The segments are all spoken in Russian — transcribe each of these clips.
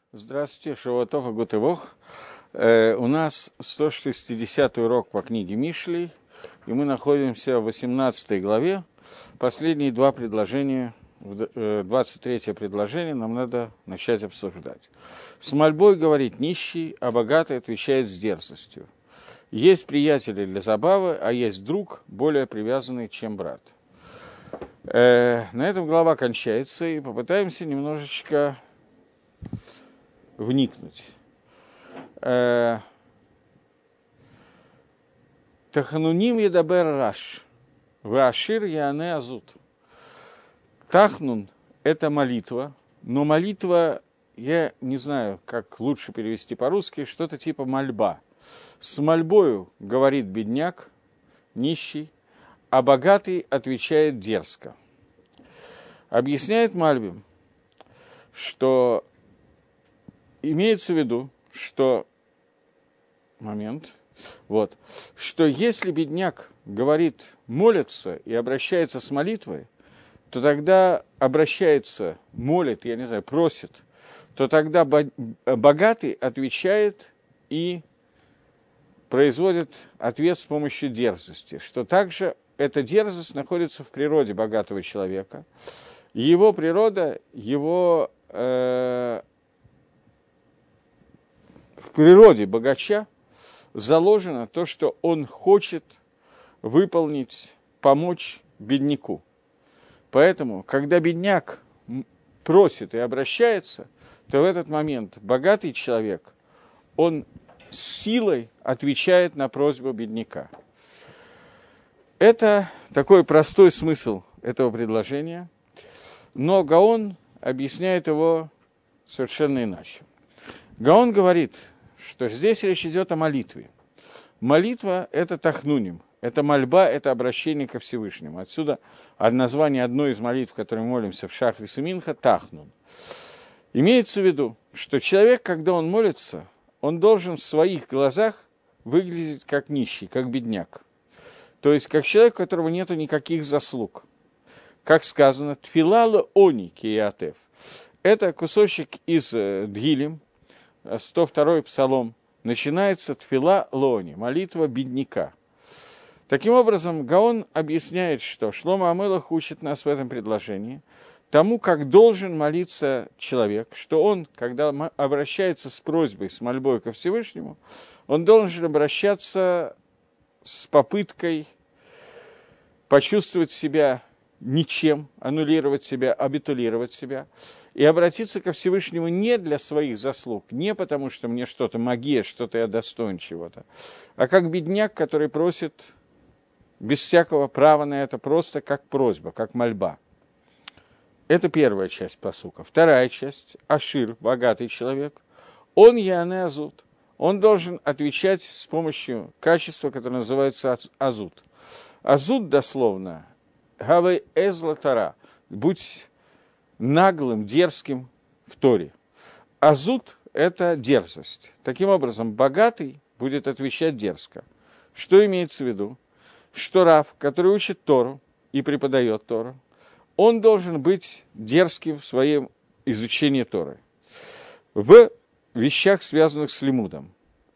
Здравствуйте, Шавуатов и Гутывох. У нас 160-й урок по книге Мишлей, и мы находимся в 18 главе. Последние два предложения, 23-е предложение нам надо начать обсуждать. С мольбой говорит нищий, а богатый отвечает с дерзостью. Есть приятели для забавы, а есть друг, более привязанный, чем брат. На этом глава кончается, и попытаемся немножечко вникнуть. Тахнуним едабер раш, ваашир яне азут. Тахнун – это молитва, но молитва, я не знаю, как лучше перевести по-русски, что-то типа мольба. С мольбою говорит бедняк, нищий, а богатый отвечает дерзко. Объясняет Мальбим, что имеется в виду, что что если бедняк говорит, молится и обращается с молитвой, то тогда обращается, молит, просит, то тогда богатый отвечает и производит ответ с помощью дерзости, что также эта дерзость находится в природе богатого человека. Его природа, в природе богача заложено то, что он хочет выполнить, помочь бедняку. Поэтому, когда бедняк просит и обращается, то в этот момент богатый человек, он с силой отвечает на просьбу бедняка. Это такой простой смысл этого предложения, но Гаон объясняет его совершенно иначе. Гаон говорит, что здесь речь идет о молитве. Молитва – это тахнуним, это мольба, это обращение ко Всевышнему. Отсюда название одной из молитв, которой мы молимся в Шахрис и Минха – тахнун. Имеется в виду, что человек, когда он молится, он должен в своих глазах выглядеть как нищий, как бедняк. То есть, как человек, у которого нет никаких заслуг. Как сказано, «Тфила они киятев». Это кусочек из Дгилем, 102-й псалом, начинается «Тфила лони», молитва бедняка. Таким образом, Гаон объясняет, что Шломо Амелах учит нас в этом предложении тому, как должен молиться человек, что он, когда обращается с просьбой, с мольбой ко Всевышнему, он должен обращаться с попыткой почувствовать себя ничем, аннулировать себя, абитулировать себя, и обратиться ко Всевышнему не для своих заслуг, не потому что мне что-то магия, что-то я достоин чего-то, а как бедняк, который просит без всякого права на это, просто как просьба, как мольба. Это первая часть пасука. Вторая часть, Ашир, богатый человек, он яне азут. Он должен отвечать с помощью качества, которое называется азут. Азут дословно «Гавей эзла тара» – «будь наглым, дерзким в Торе». Азут – это дерзость. Таким образом, богатый будет отвечать дерзко. Что имеется в виду? Что рав, который учит Тору и преподает Тору, он должен быть дерзким в своем изучении Торы. В вещах, связанных с лимудом.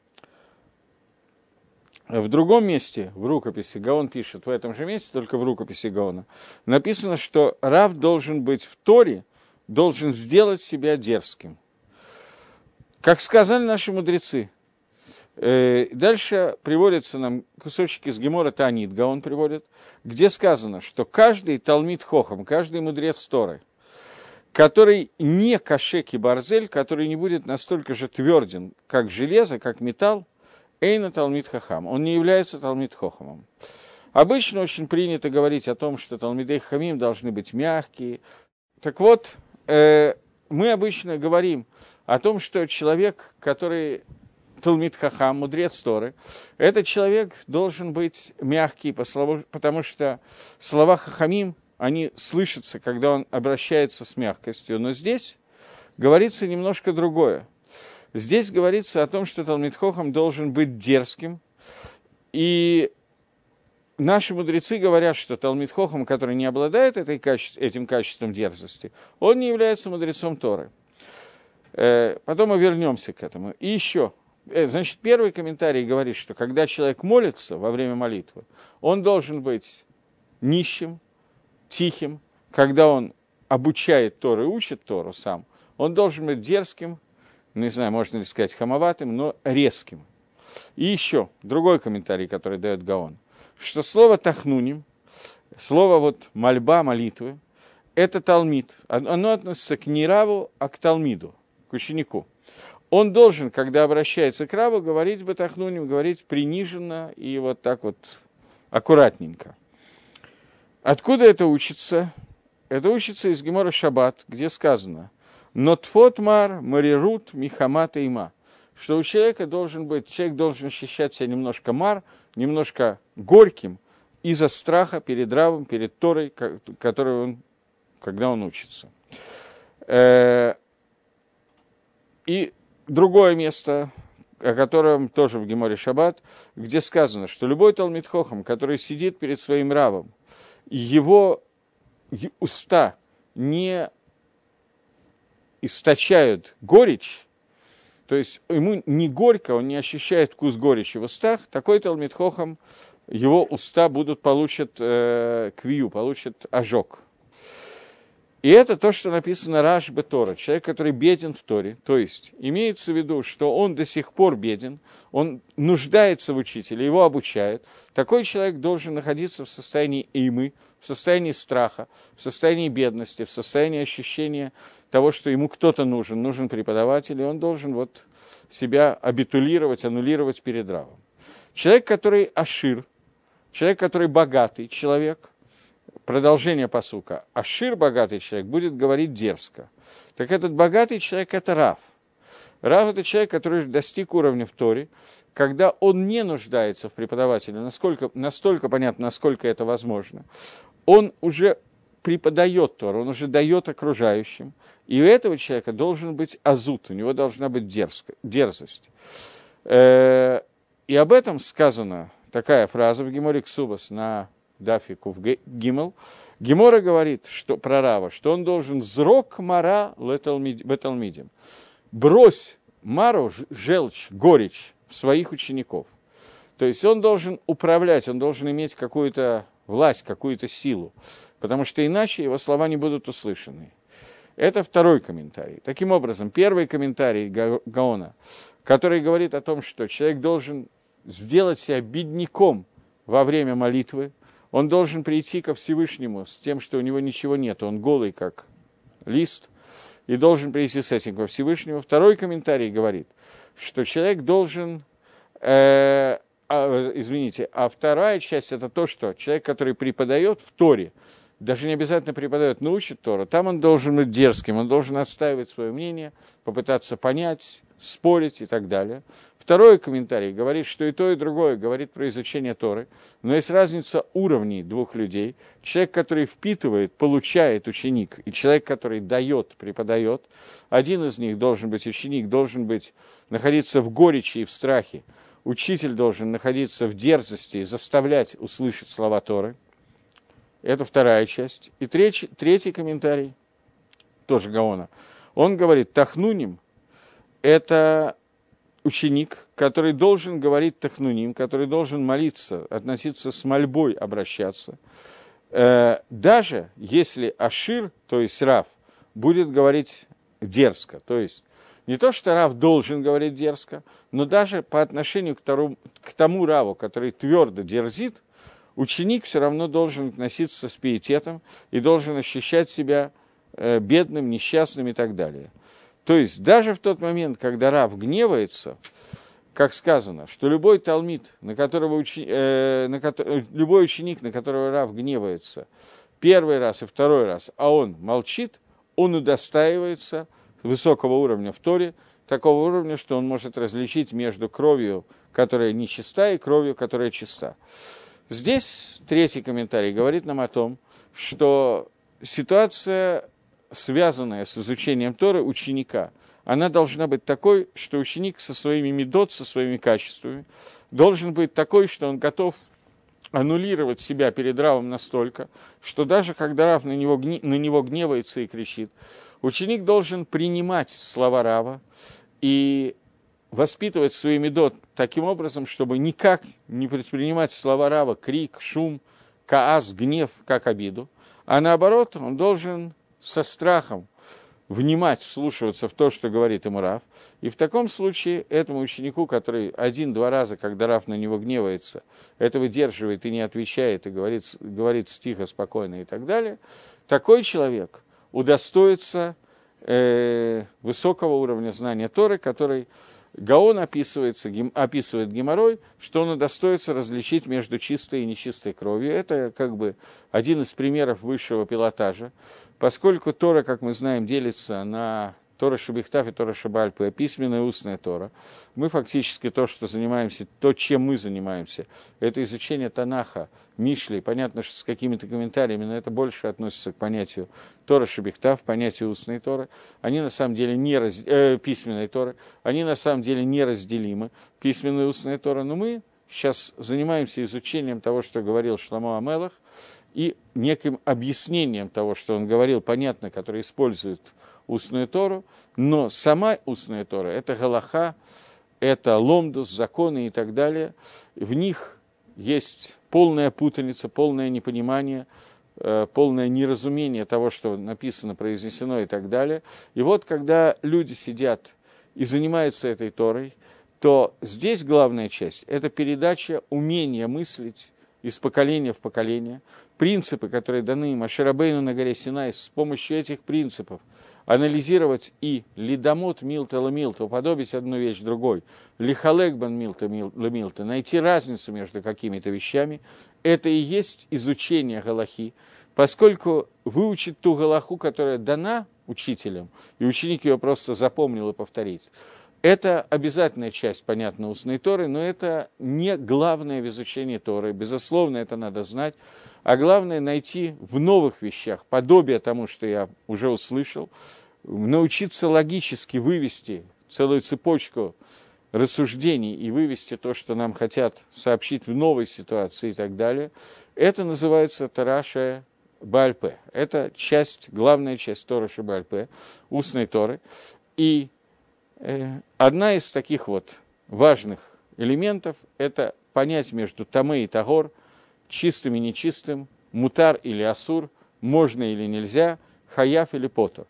В другом месте, в рукописи, Гаон пишет, в этом же месте, только в рукописи Гаона, написано, что рав должен быть в Торе, должен сделать себя дерзким. Как сказали наши мудрецы. Дальше приводится нам кусочек из Гемора Таанит, Гаон приводит, где сказано, что каждый талмид хохам, каждый мудрец Торы, который не кашеки барзель, который не будет настолько же тверден, как железо, как металл, эйна талмид хахам, он не является талмид хохамом. Обычно очень принято говорить о том, что талмидей хахамим должны быть мягкие. Так вот, мы обычно говорим о том, что человек, который талмид хахам, мудрец Торы, этот человек должен быть мягкий, потому что слова хахамим, они слышатся, когда он обращается с мягкостью. Но здесь говорится немножко другое. Здесь говорится о том, что талмид хохам должен быть дерзким. И наши мудрецы говорят, что талмид хохам, который не обладает этим качеством дерзости, он не является мудрецом Торы. Потом мы вернемся к этому. И еще, значит, первый комментарий говорит, что когда человек молится во время молитвы, он должен быть нищим, тихим. Когда он обучает Тору и учит Тору сам, он должен быть дерзким, не знаю, можно ли сказать хамоватым, но резким. И еще другой комментарий, который дает Гаон, что слово «тахнуним», слово вот «мольба», «молитвы», это талмид. Оно относится к не раву, а к талмиду, к ученику. Он должен, когда обращается к раву, говорить «бетахнуним», говорить приниженно и вот так вот аккуратненько. Откуда это учится? Это учится из Гемора Шаббат, где сказано «Нотфот мар марирут михамат има», что у человека человек должен ощущать себя немножко мар, немножко горьким из-за страха перед равом, перед Торой, когда он учится. И другое место, о котором тоже в Геморе Шаббат, где сказано, что любой талмид хохам, который сидит перед своим равом, его уста не источают горечь, то есть ему не горько, он не ощущает вкус горечи в устах, такой талмид хохам, его уста получат квию, получат ожог. И это то, что написано Раш Бетора, человек, который беден в Торе, то есть имеется в виду, что он до сих пор беден, он нуждается в учителе, его обучают. Такой человек должен находиться в состоянии эймы, в состоянии страха, в состоянии бедности, в состоянии ощущения того, что ему кто-то нужен преподаватель, и он должен вот себя абитулировать, аннулировать перед равом. Человек, который ашир, человек, который богатый человек, продолжение пасука, ашир, богатый человек, будет говорить дерзко. Так этот богатый человек – это рав. Рав – это человек, который достиг уровня в Торе, когда он не нуждается в преподавателе, настолько понятно, насколько это возможно. Он уже преподает Тору, он уже дает окружающим. И у этого человека должен быть азут, у него должна быть дерзость. И об этом сказана такая фраза в Геморе Ксубас на Дафи Кув Гимел. Гемора говорит про рава, что он должен «зрок мара беталмидим» брось мару, желчь, горечь в своих учеников. То есть он должен управлять, он должен иметь какую-то власть, какую-то силу, потому что иначе его слова не будут услышаны. Это второй комментарий. Таким образом, первый комментарий Гаона, который говорит о том, что человек должен сделать себя бедняком во время молитвы, он должен прийти ко Всевышнему с тем, что у него ничего нет, он голый, как лист, и должен прийти с этим ко Всевышнему. Второй комментарий говорит, что человек должен... а вторая часть – это то, что человек, который преподает в Торе, даже не обязательно преподает, но учит Тору, там он должен быть дерзким, он должен отстаивать свое мнение, попытаться понять, спорить и так далее. Второй комментарий говорит, что и то, и другое говорит про изучение Торы, но есть разница уровней двух людей. Человек, который впитывает, получает ученик, и человек, который дает, преподает. Один из них должен быть ученик, должен находиться в горечи и в страхе. Учитель должен находиться в дерзости и заставлять услышать слова Торы. Это вторая часть. И третий комментарий, тоже Гаона, он говорит, тахнуним – это ученик, который должен говорить тахнуним, который должен молиться, относиться с мольбой, обращаться. Даже если ашир, то есть рав, будет говорить дерзко, то есть не то, что рав должен говорить дерзко, но даже по отношению к тому раву, который твердо дерзит, ученик все равно должен относиться с пиететом и должен ощущать себя бедным, несчастным и так далее. То есть даже в тот момент, когда рав гневается, как сказано, что любой талмид, любой ученик, на которого рав гневается первый раз и второй раз, а он молчит, он удостаивается высокого уровня в Торе, такого уровня, что он может различить между кровью, которая нечиста, и кровью, которая чиста. Здесь третий комментарий говорит нам о том, что ситуация, связанная с изучением Торы ученика, она должна быть такой, что ученик со своими медот, со своими качествами, должен быть такой, что он готов аннулировать себя перед равом настолько, что даже когда рав на него гневается и кричит, Ученик должен принимать слова Рава и воспитывать свои медот таким образом, чтобы никак не предпринимать слова Рава крик, шум, каас, гнев, как обиду, а наоборот, он должен со страхом внимать, вслушиваться в то, что говорит ему Рав. И в таком случае этому ученику, который один-два раза, когда Рав на него гневается, это выдерживает и не отвечает, и говорит тихо, спокойно и так далее, такой человек удостоится высокого уровня знания Торы, который Гаон описывает геморрой, что он удостоится различить между чистой и нечистой кровью. Это как бы один из примеров высшего пилотажа, поскольку Тора, как мы знаем, делится на Тора Шебихтав и Тора Шебааль Пе, письменная и устная Тора. Мы фактически то, чем мы занимаемся, это изучение Танаха, Мишли, понятно, что с какими-то комментариями, но это больше относится к понятию Тора Шебихтав, понятию устной Торы. Они на самом деле письменной Торы, они на самом деле неразделимы, письменная и устная Тора. Но мы сейчас занимаемся изучением того, что говорил Шломо ха-Мелех, и неким объяснением того, что он говорил, понятно, который использует устную Тору, но сама устная Тора – это галаха, это ломдус, законы и так далее. В них есть полная путаница, полное непонимание, полное неразумение того, что написано, произнесено и так далее. И вот, когда люди сидят и занимаются этой Торой, то здесь главная часть – это передача умения мыслить из поколения в поколение, принципы, которые даны Моше Рабейну на горе Синай, с помощью этих принципов анализировать и лидамот милта ламилта, уподобить одну вещь другой, лихалегбан милта ламилта, найти разницу между какими-то вещами, это и есть изучение галахи, поскольку выучить ту галаху, которая дана учителям, и ученик ее просто запомнил и повторить, это обязательная часть, понятно, устной Торы, но это не главное в изучении Торы, безусловно, это надо знать, а главное найти в новых вещах подобие тому, что я уже услышал, научиться логически вывести целую цепочку рассуждений и вывести то, что нам хотят сообщить в новой ситуации и так далее. Это называется Тораша Бааль Пе. Это главная часть Торы Бааль Пе, устной Торы. И одна из таких вот важных элементов – это понять между Тамэ и Тагор, чистым и нечистым, мутар или асур, можно или нельзя, хаяв или потор.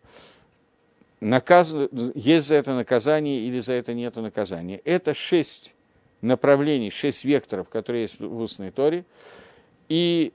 Есть за это наказание или за это нет наказания. Это 6 направлений, 6 векторов, которые есть в устной Торе. И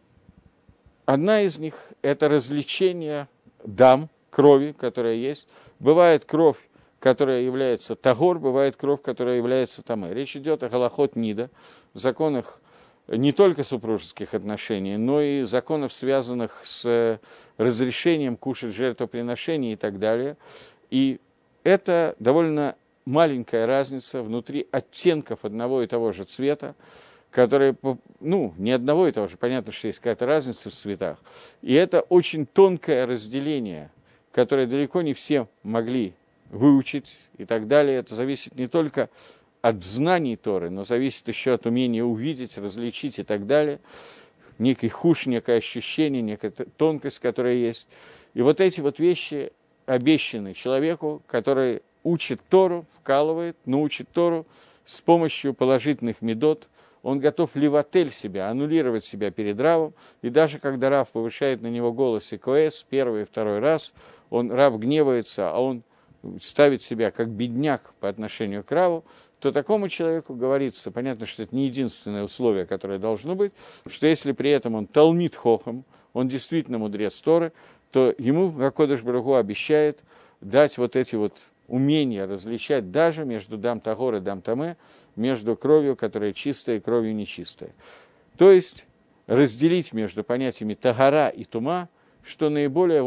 одна из них – это развлечение дам, крови, которая есть. Бывает кровь, которая является тагор, бывает кровь, которая является тамэ. Речь идет о галахот нида, законах не только супружеских отношений, но и законов, связанных с разрешением кушать жертвоприношения и так далее. И это довольно маленькая разница внутри оттенков одного и того же цвета, которые, не одного и того же, понятно, что есть какая-то разница в цветах. И это очень тонкое разделение, которое далеко не все могли выучить и так далее. Это зависит не только от знаний Торы, но зависит еще от умения увидеть, различить и так далее. Некий хуш, некое ощущение, некая тонкость, которая есть. И вот эти вот вещи обещаны человеку, который учит Тору, вкалывает, но учит Тору с помощью положительных медот. Он готов ливатель себя, аннулировать себя перед Равом. И даже когда Рав повышает на него голос и коэс первый и второй раз, Рав гневается, а он ставит себя как бедняк по отношению к Раву, то такому человеку говорится, понятно, что это не единственное условие, которое должно быть, что если при этом он талмид хохам, он действительно мудрец Торы, то ему Акодыш Барух Ху обещает дать вот эти вот умения различать даже между дам тагор и дам тамэ, между кровью, которая чистая, и кровью нечистая. То есть разделить между понятиями тагара и тума, что наиболее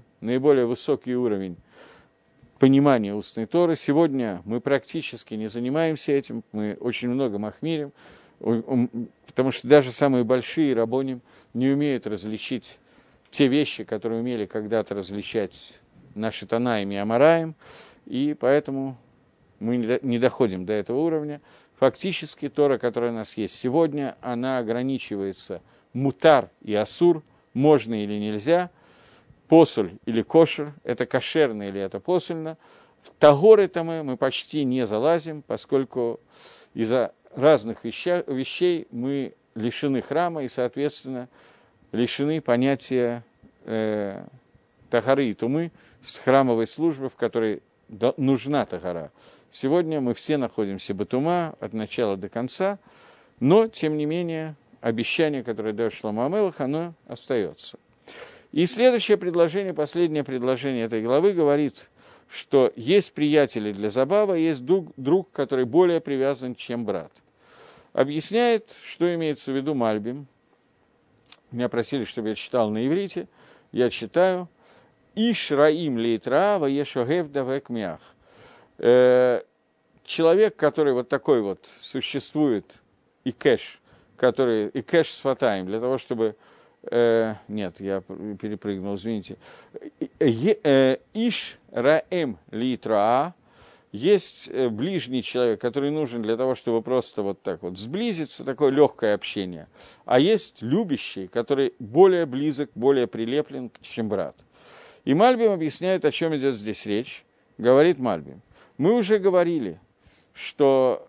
высокий уровень понимания устной Торы. Сегодня мы практически не занимаемся этим, мы очень много махмирим, потому что даже самые большие рабоним не умеют различить те вещи, которые умели когда-то различать наши Танаим и Амараим, и поэтому мы не доходим до этого уровня. Фактически Тора, которая у нас есть сегодня, она ограничивается мутар и асур, можно или нельзя, посуль или кошер, это кошерно или это посульно. В тагоры-то мы почти не залазим, поскольку из-за разных вещей мы лишены храма и, соответственно, лишены понятия тагары и тумы с храмовой службы, в которой нужна тагара. Сегодня мы все находимся бетума от начала до конца, но, тем не менее, обещание, которое дает Шломо ха-Мелех, оно остается. И следующее предложение, последнее предложение этой главы говорит, что есть приятели для забавы, есть друг, который более привязан, чем брат. Объясняет, что имеется в виду Мальбим. Меня просили, чтобы я читал на иврите. Я читаю. «Иш раим лейтра ваешогев давек мях». Человек, который вот такой вот существует, икеш, который икеш с фатаем, для того, чтобы... нет, я перепрыгнул, извините. «Иш раим лейтра». Есть ближний человек, который нужен для того, чтобы просто вот так вот сблизиться, такое легкое общение. А есть любящий, который более близок, более прилеплен, чем брат. И Мальбим объясняет, о чем идет здесь речь. Говорит Мальбим. Мы уже говорили, что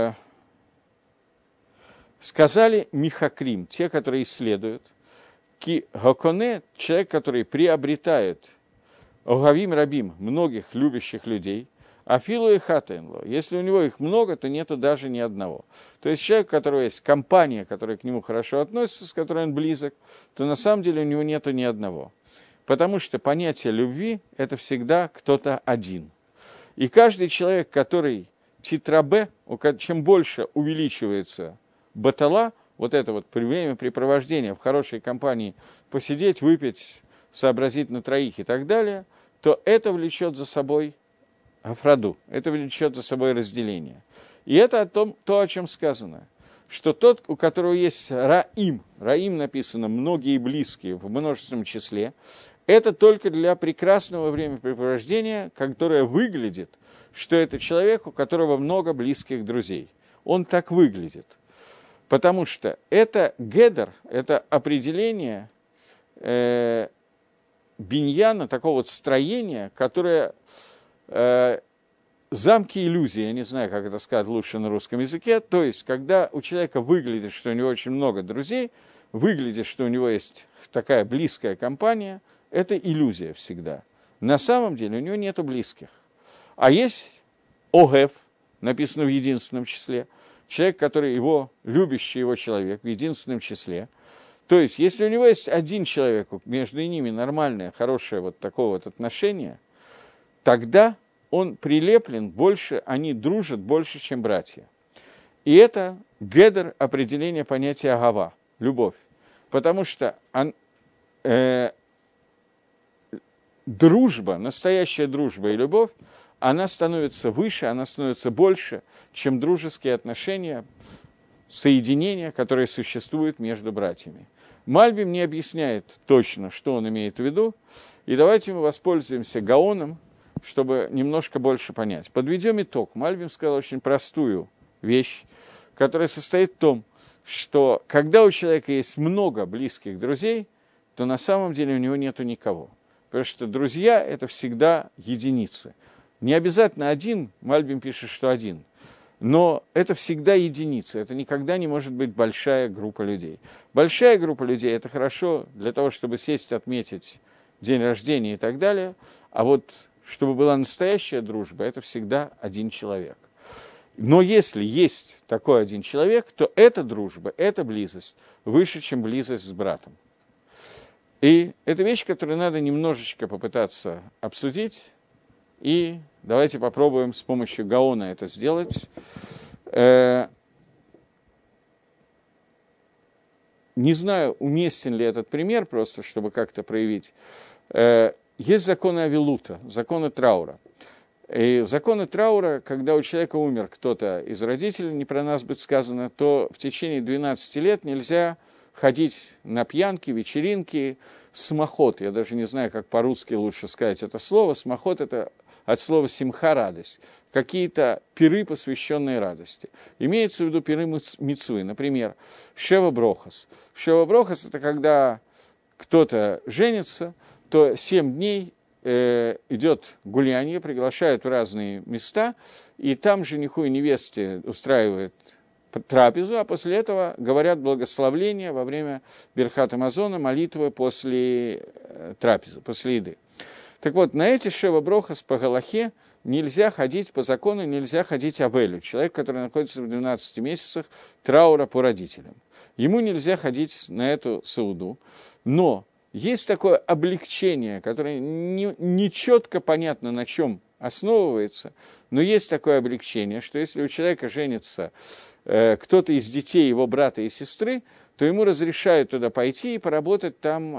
сказали Михакрим, те, которые исследуют, ки гоконе, человек, который приобретает огавим рабим, многих любящих людей, афилу и хатенло. Если у него их много, то нету даже ни одного. То есть человек, у которого есть компания, которая к нему хорошо относится, с которой он близок, то на самом деле у него нету ни одного. Потому что понятие любви – это всегда кто-то один. И каждый человек, который титрабе, чем больше увеличивается батала, вот это вот времяпрепровождение в хорошей компании, посидеть, выпить, сообразить на троих и так далее, то это влечет за собой афраду, это влечет за собой разделение. И это то, о чем сказано, что тот, у которого есть раим написано многие близкие в множественном числе, это только для прекрасного времяпрепровождения, которое выглядит, что это человек, у которого много близких друзей. Он так выглядит. Потому что это гедер, это определение биньяна, такого вот строения, которое замки иллюзии, я не знаю, как это сказать лучше на русском языке, то есть, когда у человека выглядит, что у него очень много друзей, выглядит, что у него есть такая близкая компания, это иллюзия всегда. На самом деле у него нету близких. А есть огев, написано в единственном числе, человек, который его, любящий его человек в единственном числе. То есть, если у него есть один человек, между ними нормальное, хорошее вот такое вот отношение, тогда он прилеплен больше, они дружат больше, чем братья. И это гедер определения понятия агава, любовь. Потому что дружба, настоящая дружба и любовь, она становится выше, она становится больше, чем дружеские отношения, соединения, которые существуют между братьями. Мальбим не объясняет точно, что он имеет в виду, и давайте мы воспользуемся Гаоном, чтобы немножко больше понять. Подведем итог. Мальбим сказал очень простую вещь, которая состоит в том, что когда у человека есть много близких друзей, то на самом деле у него нету никого. Потому что друзья – это всегда единицы. Не обязательно один, Мальбим пишет, что один, но это всегда единица, это никогда не может быть большая группа людей. Большая группа людей – это хорошо для того, чтобы сесть, отметить день рождения и так далее, а вот чтобы была настоящая дружба, это всегда один человек. Но если есть такой один человек, то эта дружба, эта близость выше, чем близость с братом. И это вещь, которую надо немножечко попытаться обсудить, и давайте попробуем с помощью Гаона это сделать. Не знаю, уместен ли этот пример, просто чтобы как-то проявить. Есть законы авилута, законы траура. И законы траура, когда у человека умер кто-то из родителей, не про нас будет сказано, то в течение 12 лет нельзя ходить на пьянки, вечеринки, смахот. Я даже не знаю, как по-русски лучше сказать это слово. Смахот – это от слова симха – радость. Какие-то пиры, посвященные радости. Имеется в виду пиры мицвы. Например, шева брохас. Шева брохас – это когда кто-то женится, то 7 дней идет гуляние, приглашают в разные места, и там жениху и невесте устраивают трапезу, а после этого говорят благословление во время Берхат Амазона, молитвы после трапезы, после еды. Так вот, на эти Шева Брохас по Галахе нельзя ходить, по закону нельзя ходить Авелю, человек, который находится в 12 месяцах траура по родителям. Ему нельзя ходить на эту сауду, но есть такое облегчение, которое не четко понятно, на чем основывается, но есть такое облегчение, что если у человека женится кто-то из детей его брата и сестры, то ему разрешают туда пойти и поработать там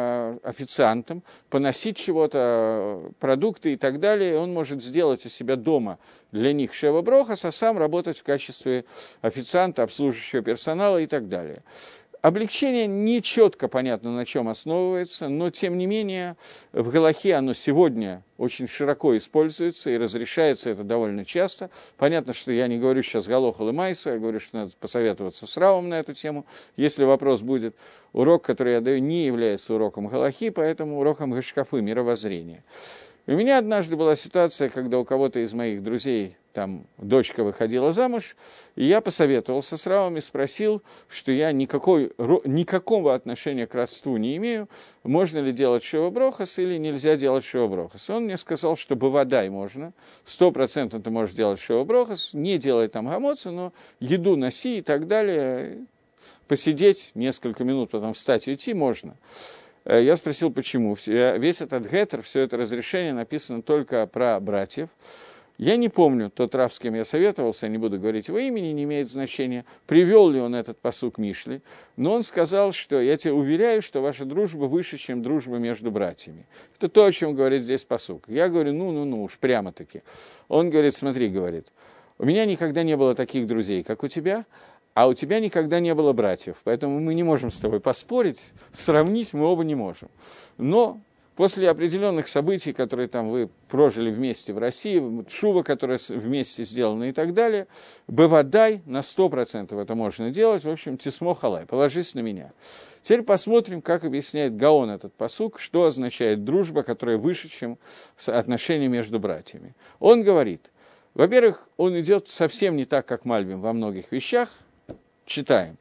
официантом, поносить чего-то, продукты и так далее. Он может сделать у себя дома для них Шева Брохас, а сам работать в качестве официанта, обслуживающего персонала и так далее. Облегчение не четко понятно, на чем основывается, но, тем не менее, в Галахе оно сегодня очень широко используется и разрешается это довольно часто. Понятно, что я не говорю сейчас Галохал и Майсу, я говорю, что надо посоветоваться с Равом на эту тему, если вопрос будет. Урок, который я даю, не является уроком Галахи, поэтому уроком Гашкафы, мировоззрения. У меня однажды была ситуация, когда у кого-то из моих друзей там дочка выходила замуж, и я посоветовался с Равом и спросил, что я никакого отношения к родству не имею, можно ли делать Шева Брохас или нельзя делать Шева Брохас. Он мне сказал, что бывадай можно, 100% ты можешь делать Шева Брохас, не делай там гамоца, но еду носи и так далее, посидеть несколько минут, потом встать и уйти можно. Я спросил, почему. Весь этот гетер, все это разрешение написано только про братьев. Я не помню, тот Рав, с кем я советовался, я не буду говорить его имени, не имеет значения, привел ли он этот пасук Мишли, но он сказал, что я тебе уверяю, что ваша дружба выше, чем дружба между братьями. Это то, о чем говорит здесь пасук. Я говорю, ну, уж прямо-таки. Он говорит, смотри, говорит, у меня никогда не было таких друзей, как у тебя, а у тебя никогда не было братьев, поэтому мы не можем с тобой поспорить, сравнить мы оба не можем. Но после определенных событий, которые там вы прожили вместе в России, шува, которая вместе сделана и так далее, бывадай, на 100% это можно делать, в общем, тисмо халай, положись на меня. Теперь посмотрим, как объясняет Гаон этот пасук, что означает дружба, которая выше, чем отношения между братьями. Он говорит, во-первых, он идет совсем не так, как Мальбим во многих вещах. Читаем.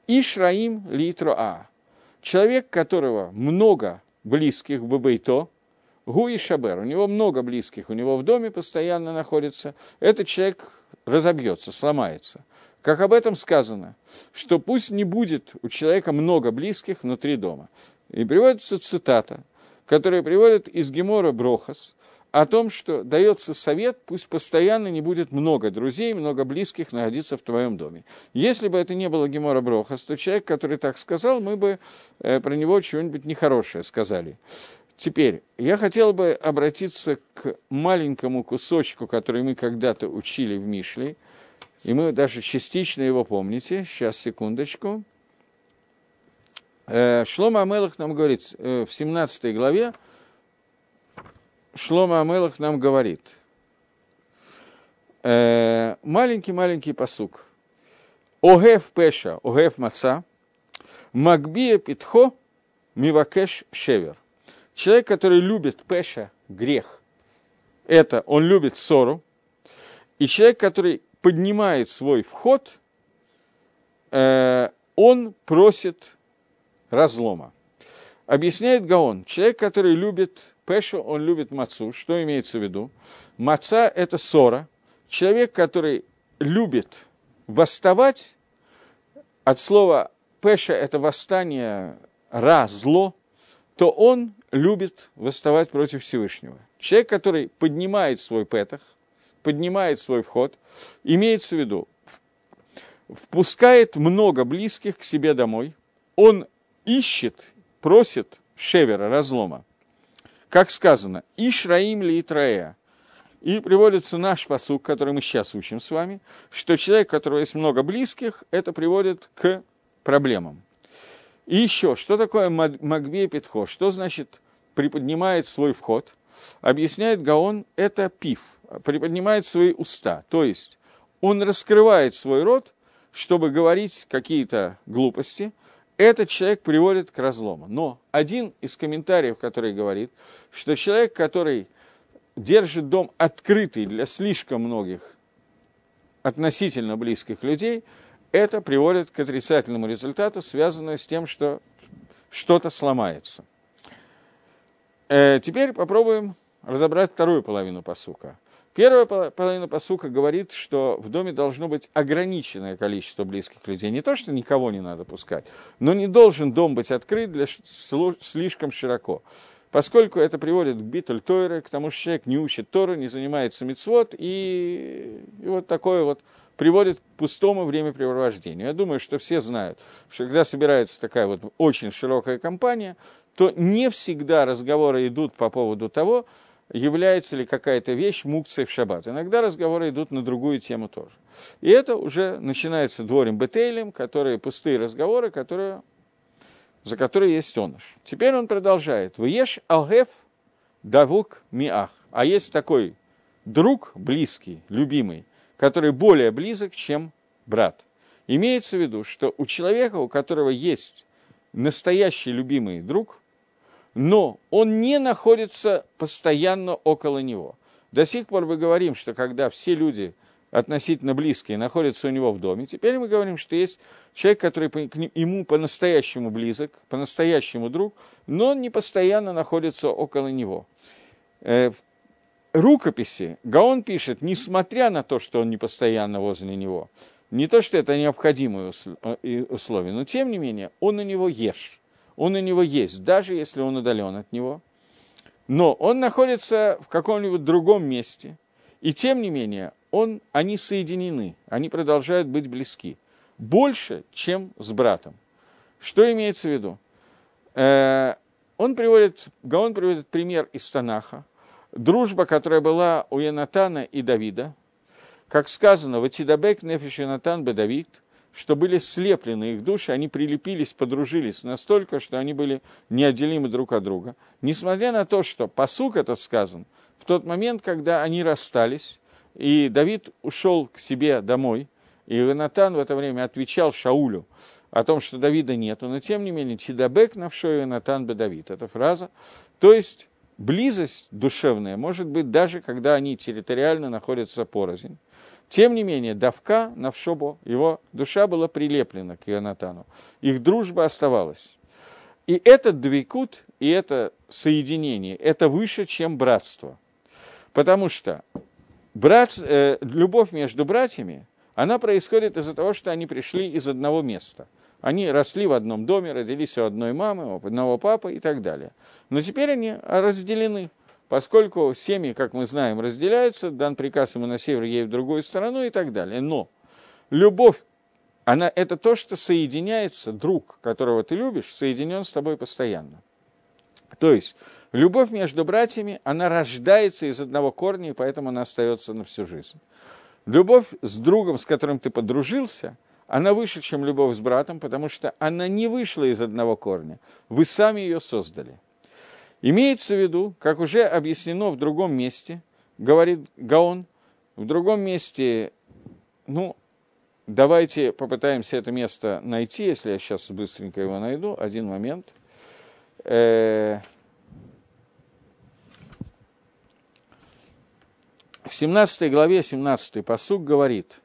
Ишраим литроа. Человек, которого много близких в Бебейто, Гу и Шабер, у него много близких, у него в доме постоянно находится, этот человек разобьется, сломается. Как об этом сказано, что пусть не будет у человека много близких внутри дома. И приводится цитата, которая приводит из Гемора Брохас, о том, что дается совет, пусть постоянно не будет много друзей, много близких находиться в твоем доме. Если бы это не было Гемора Брохас, то человек, который так сказал, мы бы про него чего-нибудь нехорошее сказали. Теперь, я хотел бы обратиться к маленькому кусочку, который мы когда-то учили в Мишле, и мы даже частично его помните. Сейчас, секундочку. Шломо Амелах нам говорит в 17 главе, Шломо Амелах нам говорит, маленький пасук. Огев пеша, огев маца, магбия питхо, мивакеш шевер. Человек, который любит пеша, грех, это он любит ссору. И человек, который поднимает свой вход, он просит разлома. Объясняет Гаон, человек, который любит пешу, он любит мацу. Что имеется в виду? Маца – это ссора. Человек, который любит восставать, от слова пеша – это восстание, ра, зло, то он любит восставать против Всевышнего. Человек, который поднимает свой петах, поднимает свой вход, имеется в виду, впускает много близких к себе домой, он ищет, просит шевера, разлома. Как сказано, «Ишраим ли Итраэ». И приводится наш пасук, который мы сейчас учим с вами, что человек, у которого есть много близких, это приводит к проблемам. И еще, что такое магбия питхо? Что значит приподнимает свой вход? Объясняет Гаон, это пив, приподнимает свои уста. То есть он раскрывает свой рот, чтобы говорить какие-то глупости. этот человек приводит к разлому. Но один из комментариев, который говорит, что человек, который держит дом открытый для слишком многих относительно близких людей, это приводит к отрицательному результату, связанному с тем, что что-то сломается. Теперь попробуем разобрать вторую половину пасука. Первая половина пасука говорит, что в доме должно быть ограниченное количество близких людей. Не то, что никого не надо пускать, но не должен дом быть открыт слишком широко. Поскольку это приводит к битуль Тойры, к тому, что человек не учит Тору, не занимается мицвот, и вот такое вот приводит к пустому времяпрепровождению. Я думаю, что все знают, что когда собирается такая вот очень широкая компания, то не всегда разговоры идут по поводу того, является ли какая-то вещь мукцией в шаббат. Иногда разговоры идут на другую тему тоже. И это уже начинается дворим бетейлем, которые пустые разговоры, за которые есть оныш. Теперь он продолжает. «Вееш алгеф давук миах». А есть такой друг, близкий, любимый, который более близок, чем брат. Имеется в виду, что у человека, у которого есть настоящий любимый друг, но он не находится постоянно около него. До сих пор мы говорим, что когда все люди относительно близкие находятся у него в доме, теперь мы говорим, что есть человек, который ему по-настоящему близок, по-настоящему друг, но он не постоянно находится около него. В рукописи Гаон пишет, несмотря на то, что он не постоянно возле него, не то, что это необходимые условия, но тем не менее он у него ешь. Он у него есть, даже если он удален от него, но он находится в каком-нибудь другом месте, и тем не менее они соединены, они продолжают быть близки, больше, чем с братом. Что имеется в виду? Гаон приводит пример из Танаха, дружба, которая была у Йонатана и Давида, как сказано, «Ватидабек нефеш Йонатан бе Давид», что были слеплены их души, они прилепились, подружились настолько, что они были неотделимы друг от друга. Несмотря на то, что пасук этот сказан в тот момент, когда они расстались, и Давид ушел к себе домой, и Йонатан в это время отвечал Шаулю о том, что Давида нету, но тем не менее, «Тидабек навшо Йонатан бе Давид». Эта фраза, то есть близость душевная может быть даже, когда они территориально находятся порознь. Тем не менее, давка навшобо, его душа была прилеплена к Йонатану, их дружба оставалась. И этот двейкут, и это соединение, это выше, чем братство. Потому что любовь между братьями, она происходит из-за того, что они пришли из одного места. Они росли в одном доме, родились у одной мамы, у одного папы и так далее. Но теперь они разделены. Поскольку семьи, как мы знаем, разделяются, дан приказ ему на север, ей в другую сторону и так далее. Но любовь, это то, что соединяется, друг, которого ты любишь, соединен с тобой постоянно. То есть любовь между братьями, она рождается из одного корня, и поэтому она остается на всю жизнь. Любовь с другом, с которым ты подружился, она выше, чем любовь с братом, потому что она не вышла из одного корня. Вы сами ее создали. Имеется в виду, как уже объяснено в другом месте, говорит Гаон, в другом месте, давайте попытаемся это место найти, если я сейчас быстренько его найду, один момент. В 17 главе, 17 пасук говорит,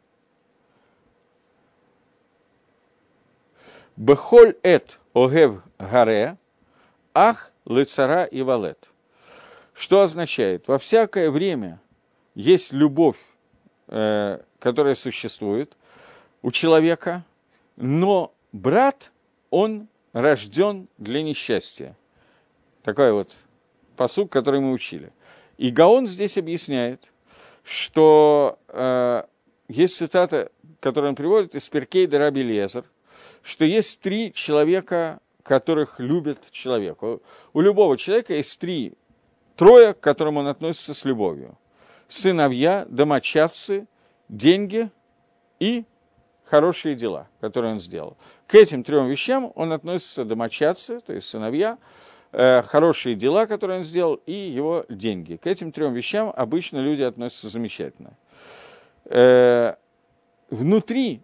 «Бехоль эт огев гаре, ах лыцара и валет». Что означает? Во всякое время есть любовь, которая существует у человека, но брат, он рожден для несчастья. Такой вот пасук, который мы учили. И Гаон здесь объясняет, что есть цитата, которую он приводит из Перкей де Раби Элиэзер, что есть 3 человека, которых любит человек. У любого человека есть 3 к которым он относится с любовью. Сыновья, домочадцы, деньги и хорошие дела, которые он сделал. К этим 3 вещам он относится домочадцы, то есть сыновья, хорошие дела, которые он сделал, и его деньги. К этим 3 вещам обычно люди относятся замечательно. Внутри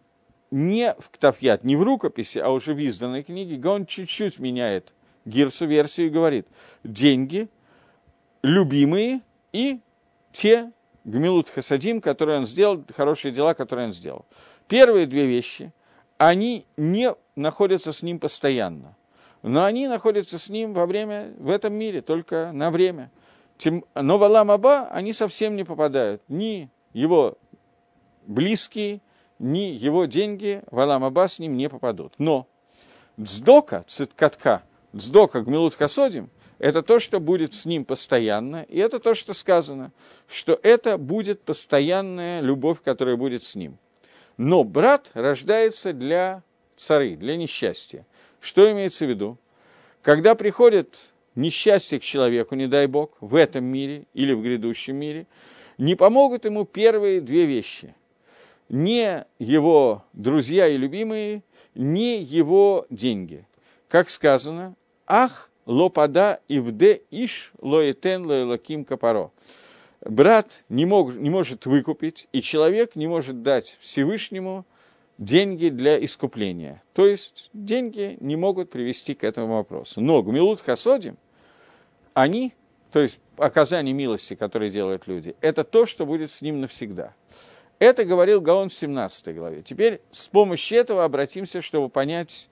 не в ктафьят, не в рукописи, а уже в изданной книге, Гаон чуть-чуть меняет гирсу, версию, и говорит: деньги, любимые и те гмилут хасадим, которые он сделал, хорошие дела, которые он сделал. Первые две вещи, они не находятся с ним постоянно, но они находятся с ним в этом мире, только на время. Но в Олам Аба они совсем не попадают, ни его близкие, ни его деньги в Олам Аба с ним не попадут. Но цдока, циткатка, цдока гмилут хасодим, это то, что будет с ним постоянно, и это то, что сказано, что это будет постоянная любовь, которая будет с ним. Но брат рождается для цары, для несчастья. Что имеется в виду? Когда приходит несчастье к человеку, не дай Бог, в этом мире или в грядущем мире, не помогут ему первые две вещи. Не его друзья и любимые, не его деньги. Как сказано: «Ах, лопада ивде иш лоэтен лоэлаким капаро». Брат не может выкупить, и человек не может дать Всевышнему деньги для искупления. То есть деньги не могут привести к этому вопросу. Но гмилут хасодим, они, то есть оказание милости, которые делают люди, это то, что будет с ним навсегда. Это говорил Гаон в 17 главе. Теперь с помощью этого обратимся, чтобы понять,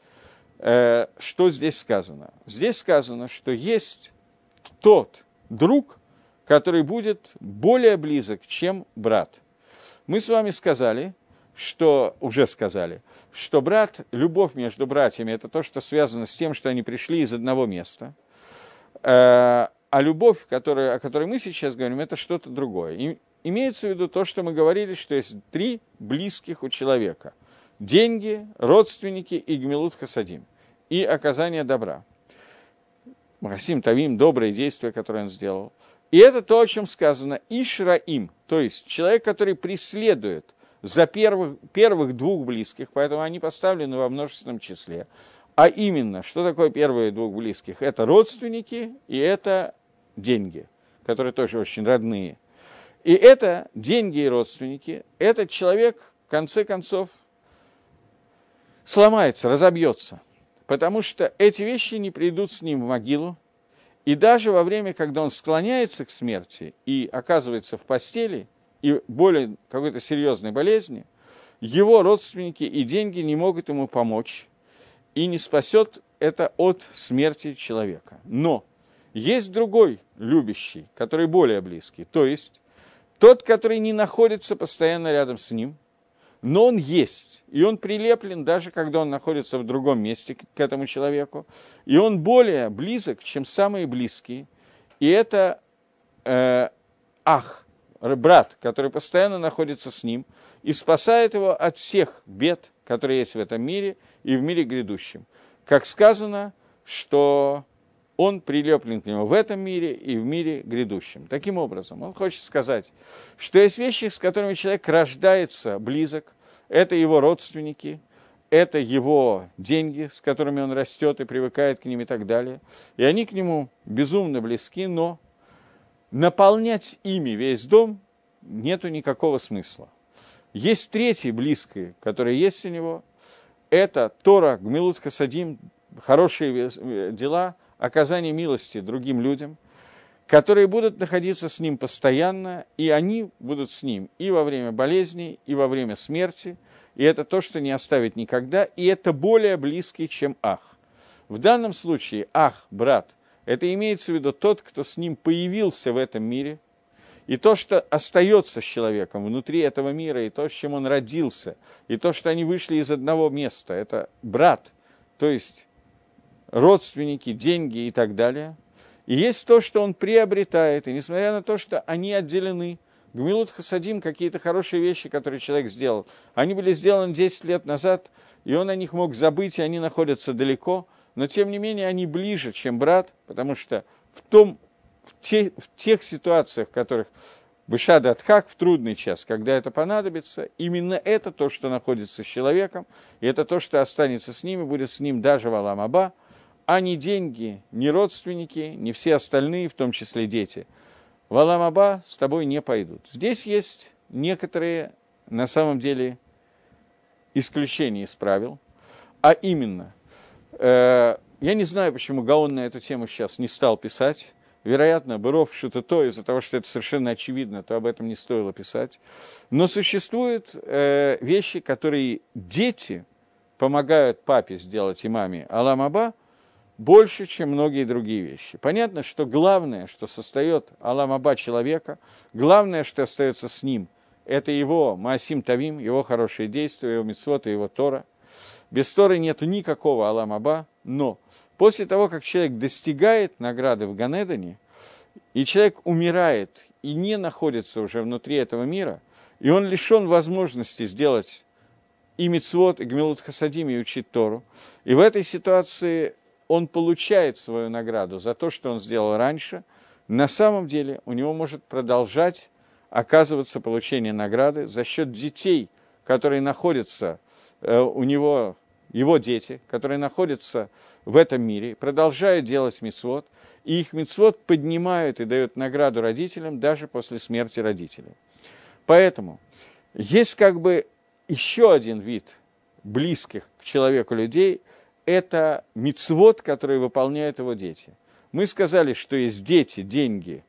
что здесь сказано. Здесь сказано, что есть тот друг, который будет более близок, чем брат. Мы с вами уже сказали, что любовь между братьями – это то, что связано с тем, что они пришли из одного места. А любовь, о которой мы сейчас говорим, это что-то другое. И имеется в виду то, что мы говорили, что есть три близких у человека – деньги, родственники и гмилут хасадим, и оказание добра. Махасим Тавим – добрые действия, которые он сделал. И это то, о чем сказано «ишраим», то есть человек, который преследует за первых двух близких, поэтому они поставлены во множественном числе. А именно, что такое первые двух близких? Это родственники и это деньги, которые тоже очень родные. И это деньги и родственники, этот человек, в конце концов, сломается, разобьется, потому что эти вещи не придут с ним в могилу. И даже во время, когда он склоняется к смерти и оказывается в постели, и более какой-то серьезной болезни, его родственники и деньги не могут ему помочь, и не спасет это от смерти человека. Но есть другой любящий, который более близкий, то есть тот, который не находится постоянно рядом с ним, но он есть, и он прилеплен, даже когда он находится в другом месте к этому человеку, и он более близок, чем самые близкие, и это брат, который постоянно находится с ним и спасает его от всех бед, которые есть в этом мире и в мире грядущем. Как сказано, что он прилеплен к нему в этом мире и в мире грядущем. Таким образом, он хочет сказать, что есть вещи, с которыми человек рождается близок, это его родственники, это его деньги, с которыми он растет и привыкает к ним и так далее. И они к нему безумно близки, но наполнять ими весь дом нету никакого смысла. Есть третий близкий, который есть у него, это Тора, гмилут хасадим, хорошие дела, оказание милости другим людям, которые будут находиться с ним постоянно, и они будут с ним и во время болезни, и во время смерти, и это то, что не оставит никогда, и это более близкий, чем ах. В данном случае ах, брат, это имеется в виду тот, кто с ним появился в этом мире, и то, что остается с человеком внутри этого мира, и то, с чем он родился, и то, что они вышли из одного места, это брат, то есть родственники, деньги и так далее. И есть то, что он приобретает, и несмотря на то, что они отделены, гмилут хасадим, какие-то хорошие вещи, которые человек сделал, они были сделаны 10 лет назад, и он о них мог забыть, и они находятся далеко, но тем не менее они ближе, чем брат, потому что в тех ситуациях, в которых Бешад Адхак, в трудный час, когда это понадобится, именно это то, что находится с человеком, и это то, что останется с ним, и будет с ним даже в Олам Аба, а ни деньги, ни родственники, ни все остальные, в том числе дети, в Олам Аба с тобой не пойдут. Здесь есть некоторые, на самом деле, исключение из правил, а именно, я не знаю, почему Гаон на эту тему сейчас не стал писать, вероятно, Быров что-то то, из-за того, что это совершенно очевидно, то об этом не стоило писать, но существуют вещи, которые дети помогают папе сделать и маме Алам Аба, больше, чем многие другие вещи. Понятно, что главное, что создает Алам Аба человека, главное, что остается с ним, это его Маасим Тавим, его хорошие действия, его мицвот и его Тора. Без Торы нет никакого Алам Аба, но после того, как человек достигает награды в Ганедане, и человек умирает и не находится уже внутри этого мира, и он лишен возможности сделать и мицвот, и гмилут хасадим, и учить Тору, и в этой ситуации он получает свою награду за то, что он сделал раньше, на самом деле у него может продолжать оказываться получение награды за счет детей, которые находятся у него, его дети, которые находятся в этом мире, продолжают делать мицвот, и их мицвот поднимают и дают награду родителям даже после смерти родителей. Поэтому есть как бы еще один вид близких к человеку людей – это мицвот, который выполняют его дети. Мы сказали, что есть дети, деньги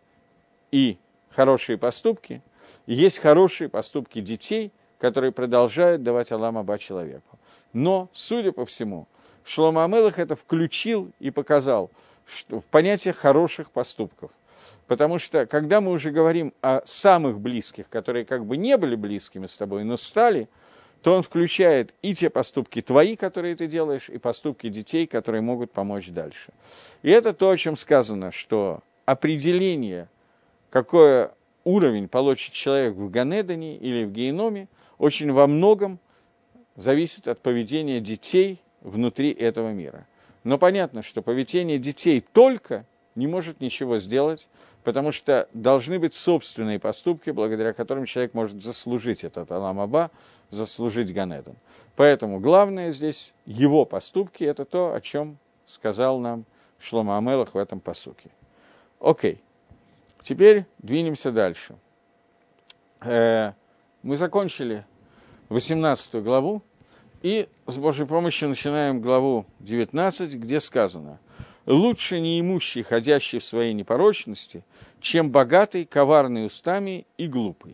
и хорошие поступки, и есть хорошие поступки детей, которые продолжают давать Алам Аба человеку. Но, судя по всему, Шломо ха-Мелех это включил и показал что в понятие хороших поступков. Потому что, когда мы уже говорим о самых близких, которые как бы не были близкими с тобой, но стали, то он включает и те поступки твои, которые ты делаешь, и поступки детей, которые могут помочь дальше. И это то, о чем сказано, что определение, какой уровень получит человек в Ганедане или в Геноме, очень во многом зависит от поведения детей внутри этого мира. Но понятно, что поведение детей только не может ничего сделать, потому что должны быть собственные поступки, благодаря которым человек может заслужить этот Алам Аба, заслужить Ганедан. Поэтому главное здесь его поступки, это то, о чем сказал нам Шломо ха-Мелех в этом пасуке. Окей, теперь двинемся дальше. Мы закончили 18 главу, и с Божьей помощью начинаем главу 19, где сказано: «Лучше неимущий, ходящий в своей непорочности, чем богатый, коварный устами и глупый».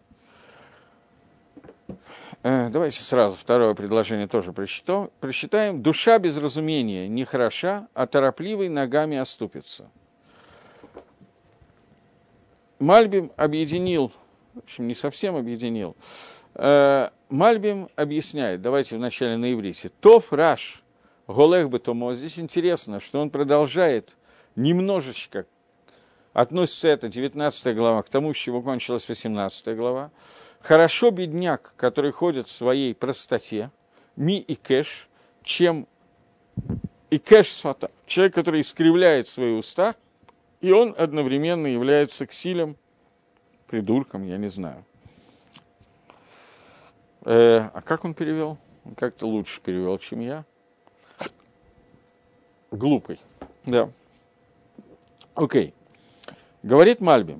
Давайте сразу второе предложение тоже прочитаем. «Душа без разумения не хороша, а торопливый ногами оступится». Мальбим объединил, в общем, не совсем объединил. Мальбим объясняет, давайте вначале на иврите. «Тов раш голех бетомо». Здесь интересно, что он продолжает немножечко, относится это, 19 глава, к тому, с чего кончилась 18 глава. «Хорошо бедняк, который ходит в своей простоте, ми и кэш, чем и кэш свата». Человек, который искривляет свои уста, и он одновременно является ксилем, придурком, я не знаю. А как он перевел? Он как-то лучше перевел, чем я. Глупый. Да. Окей. Говорит Мальбим.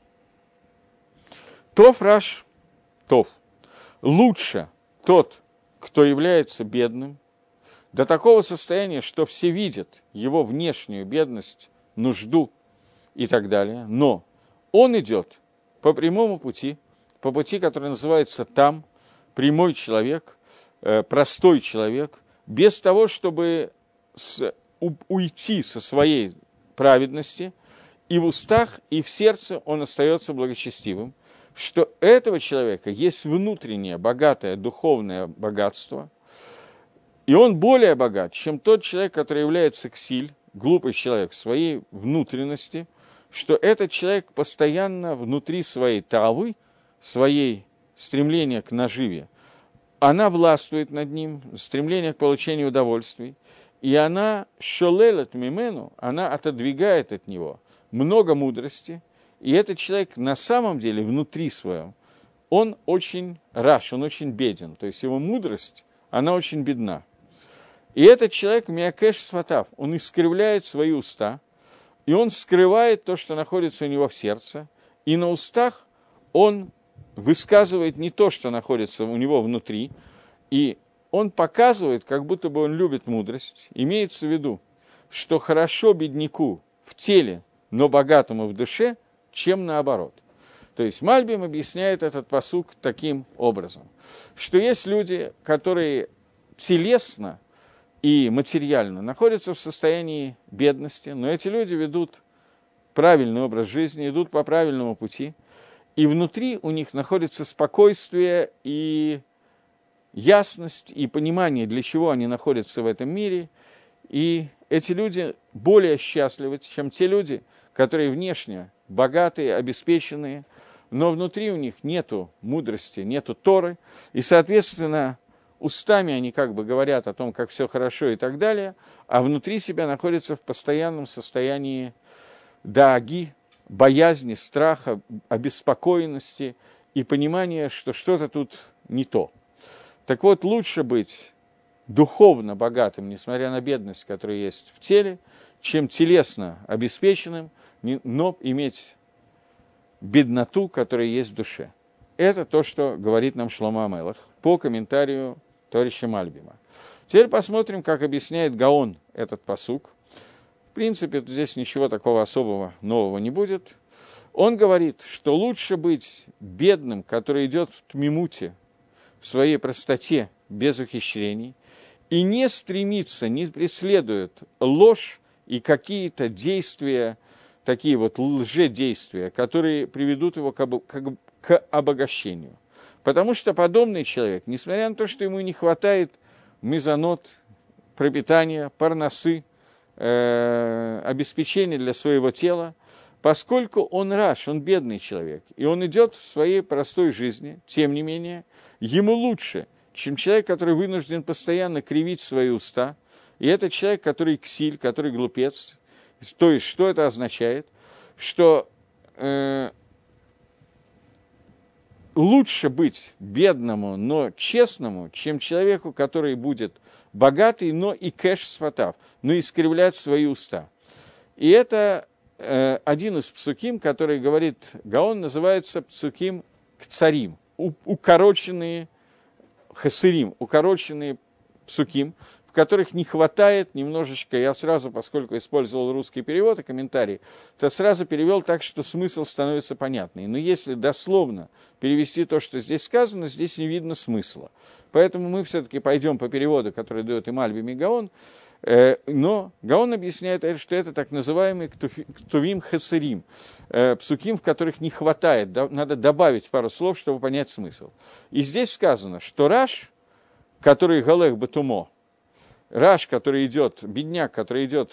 Тов раш, тов. Лучше тот, кто является бедным, до такого состояния, что все видят его внешнюю бедность, нужду и так далее. Но он идет по прямому пути, по пути, который называется там, прямой человек, простой человек, без того, чтобы уйти со своей праведности, и в устах, и в сердце он остается благочестивым, что этого человека есть внутреннее, богатое, духовное богатство, и он более богат, чем тот человек, который является ксиль, глупый человек в своей внутренности, что этот человек постоянно внутри своей тавы, своей стремления к наживе, она властвует над ним, стремление к получению удовольствий, и она шолелет мимену, она отодвигает от него много мудрости, и этот человек на самом деле внутри своем, он очень раш, он очень беден, то есть его мудрость, она очень бедна. И этот человек миакеш сватав, он искривляет свои уста, и он скрывает то, что находится у него в сердце, и на устах он высказывает не то, что находится у него внутри, И он показывает, как будто бы он любит мудрость. Имеется в виду, что хорошо бедняку в теле, но богатому в душе, чем наоборот. То есть Мальбим объясняет этот пасук таким образом, что есть люди, которые телесно и материально находятся в состоянии бедности, но эти люди ведут правильный образ жизни, идут по правильному пути, и внутри у них находится спокойствие и ясность, и понимание, для чего они находятся в этом мире, и эти люди более счастливы, чем те люди, которые внешне богатые, обеспеченные, но внутри у них нету мудрости, нету Торы, и, соответственно, устами они как бы говорят о том, как все хорошо и так далее, а внутри себя находятся в постоянном состоянии дааги, боязни, страха, обеспокоенности и понимания, что что-то тут не то. Так вот, лучше быть духовно богатым, несмотря на бедность, которая есть в теле, чем телесно обеспеченным, но иметь бедноту, которая есть в душе. Это то, что говорит нам Шломо ха-Мелех по комментарию товарища Мальбима. Теперь посмотрим, как объясняет Гаон этот пасук. В принципе, здесь ничего такого особого нового не будет. Он говорит, что лучше быть бедным, который идет в тмимуте, в своей простоте, без ухищрений, и не стремится, не преследует ложь и какие-то действия, такие вот лжедействия, которые приведут его к обогащению. Потому что подобный человек, несмотря на то, что ему не хватает мезонот, пропитания, парносы, обеспечения для своего тела, поскольку он раш, он бедный человек, и он идет в своей простой жизни, тем не менее, ему лучше, чем человек, который вынужден постоянно кривить свои уста, и это человек, который ксиль, который глупец. То есть, что это означает? Что лучше быть бедному, но честному, чем человеку, который будет богатый, но и кэш сватав, но искривлять свои уста. И это один из псуким, который говорит Гаон, называется псуким кцарим, укороченные хасырим, укороченные псуким, в которых не хватает немножечко, я сразу, поскольку использовал русский перевод и комментарий, то сразу перевел так, что смысл становится понятный. Но если дословно перевести то, что здесь сказано, здесь не видно смысла. Поэтому мы все-таки пойдем по переводу, который дает и Мальбим, и Гаон, но Гаон объясняет, что это так называемый ктувим хасырим, псуким, в которых не хватает, надо добавить пару слов, чтобы понять смысл. И здесь сказано, что раш, который галех батумо, раш, который идет, бедняк, который идет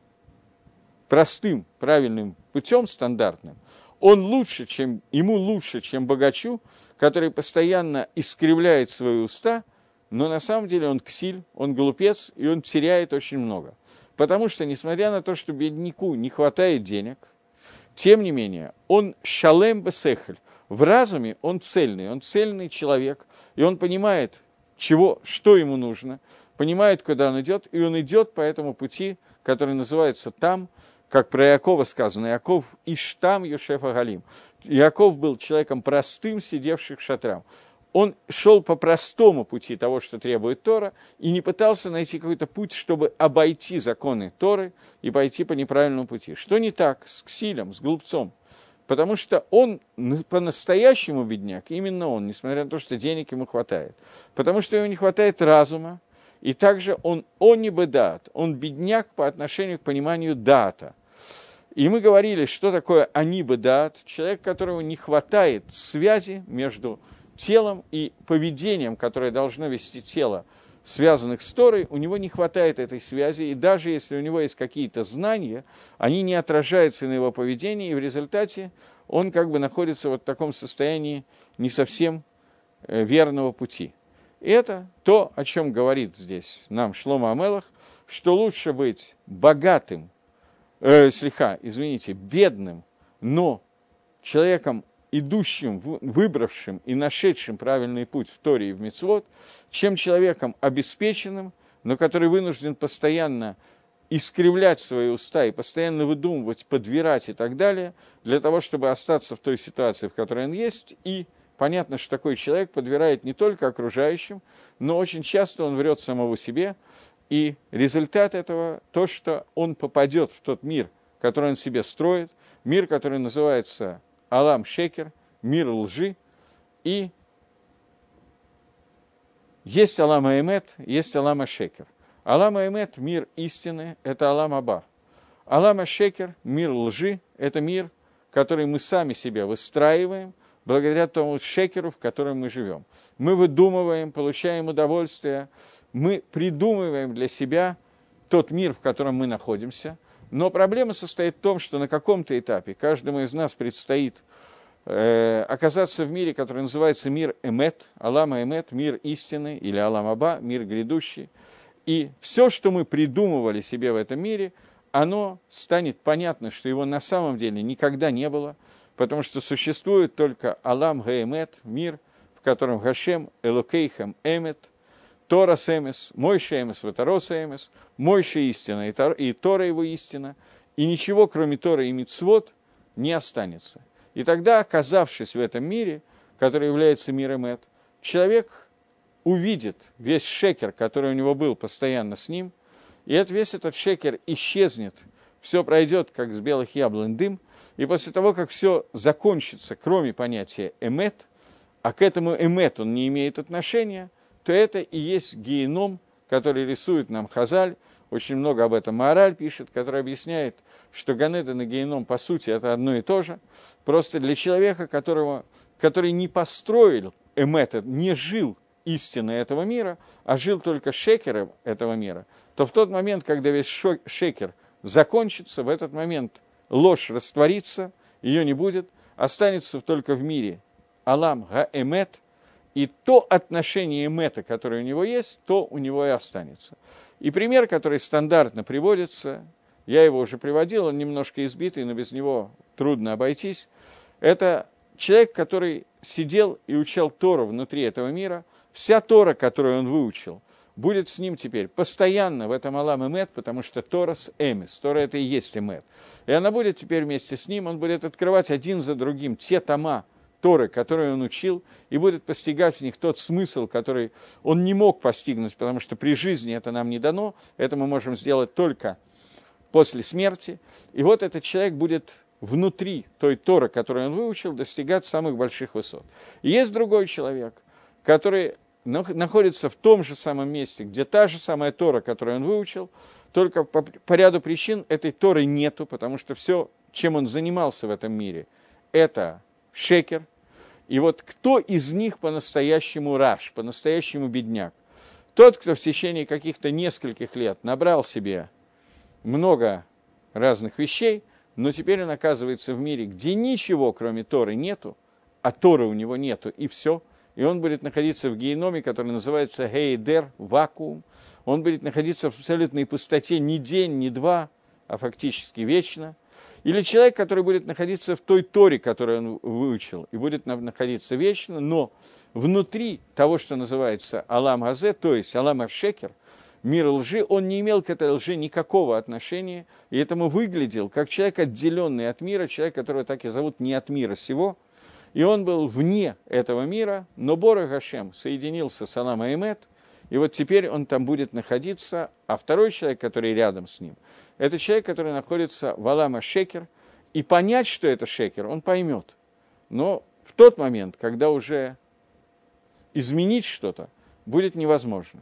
простым, правильным путем, стандартным, ему лучше, чем богачу, который постоянно искривляет свои уста, но на самом деле он ксиль, он глупец, и он теряет очень много. Потому что, несмотря на то, что бедняку не хватает денег, тем не менее, он шалем бесехель, в разуме он цельный человек, и он понимает, что ему нужно, понимает, куда он идет, и он идет по этому пути, который называется там, как про Иакова сказано, Иаков иштам Йошеф Агалим. Иаков был человеком простым, сидевшим в шатрам. Он шел по простому пути того, что требует Тора, и не пытался найти какой-то путь, чтобы обойти законы Торы и пойти по неправильному пути. Что не так с ксилем, с глупцом? Потому что он по-настоящему бедняк, именно он, несмотря на то, что денег ему хватает. Потому что ему не хватает разума, и также он не бедат, он бедняк по отношению к пониманию дата. И мы говорили, что такое они бедат, человек, которому не хватает связи между телом и поведением, которое должно вести тело, связанных с Торой, у него не хватает этой связи, и даже если у него есть какие-то знания, они не отражаются на его поведении, и в результате он как бы находится вот в таком состоянии не совсем верного пути. И это то, о чем говорит здесь нам Шломо ха-Мелех, что лучше быть богатым, бедным, но человеком, идущим, выбравшим и нашедшим правильный путь в Торе и в мицвот, чем человеком обеспеченным, но который вынужден постоянно искривлять свои уста и постоянно выдумывать, подбирать и так далее, для того, чтобы остаться в той ситуации, в которой он есть, и понятно, что такой человек подбирает не только окружающим, но очень часто он врет самому себе, и результат этого то, что он попадет в тот мир, который он себе строит, мир, который называется Алам Шекер, мир лжи, и есть Алам Аэмет, есть Алам Ашекер. Алам Аэмет – мир истины, это Алам Аба. Алам Ашекер – мир лжи, это мир, который мы сами себе выстраиваем, благодаря тому шекеру, в котором мы живем. Мы выдумываем, получаем удовольствие, мы придумываем для себя тот мир, в котором мы находимся. Но проблема состоит в том, что на каком-то этапе каждому из нас предстоит оказаться в мире, который называется мир Эмет, Алам Эмет, мир истины, или Алам Аба, мир грядущий. И все, что мы придумывали себе в этом мире, оно станет понятно, что его на самом деле никогда не было, потому что существует только Алам Гаэмет, мир, в котором Гашем Элокейхам Эмет, Торас Эмес, Мойше Эмес, Ватарос Эмес, Мойше истина и Тора его истина, и ничего, кроме Торы и Мицвот, не останется. И тогда, оказавшись в этом мире, который является миром Эмет, человек увидит весь шекер, который у него был постоянно с ним, и весь этот шекер исчезнет, все пройдет, как с белых яблонь дым, и после того, как все закончится, кроме понятия эмет, а к этому эмет он не имеет отношения, то это и есть геном, который рисует нам Хазаль, очень много об этом Маораль пишет, который объясняет, что Ганеден и геном, по сути, это одно и то же, просто для человека, который не построил эмет, не жил истиной этого мира, а жил только шекером этого мира, то в тот момент, когда весь шекер закончится, в этот момент ложь растворится, ее не будет, останется только в мире Алам Га-Эмет, и то отношение Эмета, которое у него есть, то у него и останется. И пример, который стандартно приводится, я его уже приводил, он немножко избитый, но без него трудно обойтись, это человек, который сидел и учил Тору внутри этого мира, вся Тора, которую он выучил, будет с ним теперь постоянно в этом Алам Эмет, потому что Торас Эмес, Тора это и есть Эмет. И она будет теперь вместе с ним, он будет открывать один за другим те тома Торы, которые он учил, и будет постигать в них тот смысл, который он не мог постигнуть, потому что при жизни это нам не дано, это мы можем сделать только после смерти. И вот этот человек будет внутри той Торы, которую он выучил, достигать самых больших высот. И есть другой человек, который находится в том же самом месте, где та же самая Тора, которую он выучил, только по ряду причин этой Торы нету, потому что все, чем он занимался в этом мире, это шекер. И вот кто из них по-настоящему раш, по-настоящему бедняк? Тот, кто в течение каких-то нескольких лет набрал себе много разных вещей, но теперь он оказывается в мире, где ничего, кроме Торы, нету, а Торы у него нету, и все. И он будет находиться в геноме, который называется Гейдер, вакуум. Он будет находиться в абсолютной пустоте не день, не два, а фактически вечно. Или человек, который будет находиться в той Торе, которую он выучил, и будет находиться вечно, но внутри того, что называется Алам Газе, то есть Алам Ашекер, мир лжи, он не имел к этой лжи никакого отношения, и этому выглядел как человек, отделенный от мира, человек, которого так и зовут не от мира сего. И он был вне этого мира, но Борах Гашем соединился с Алам Аэмет, и вот теперь он там будет находиться, а второй человек, который рядом с ним, это человек, который находится в Алам Ашекер, и понять, что это шекер, он поймет. Но в тот момент, когда уже изменить что-то, будет невозможно.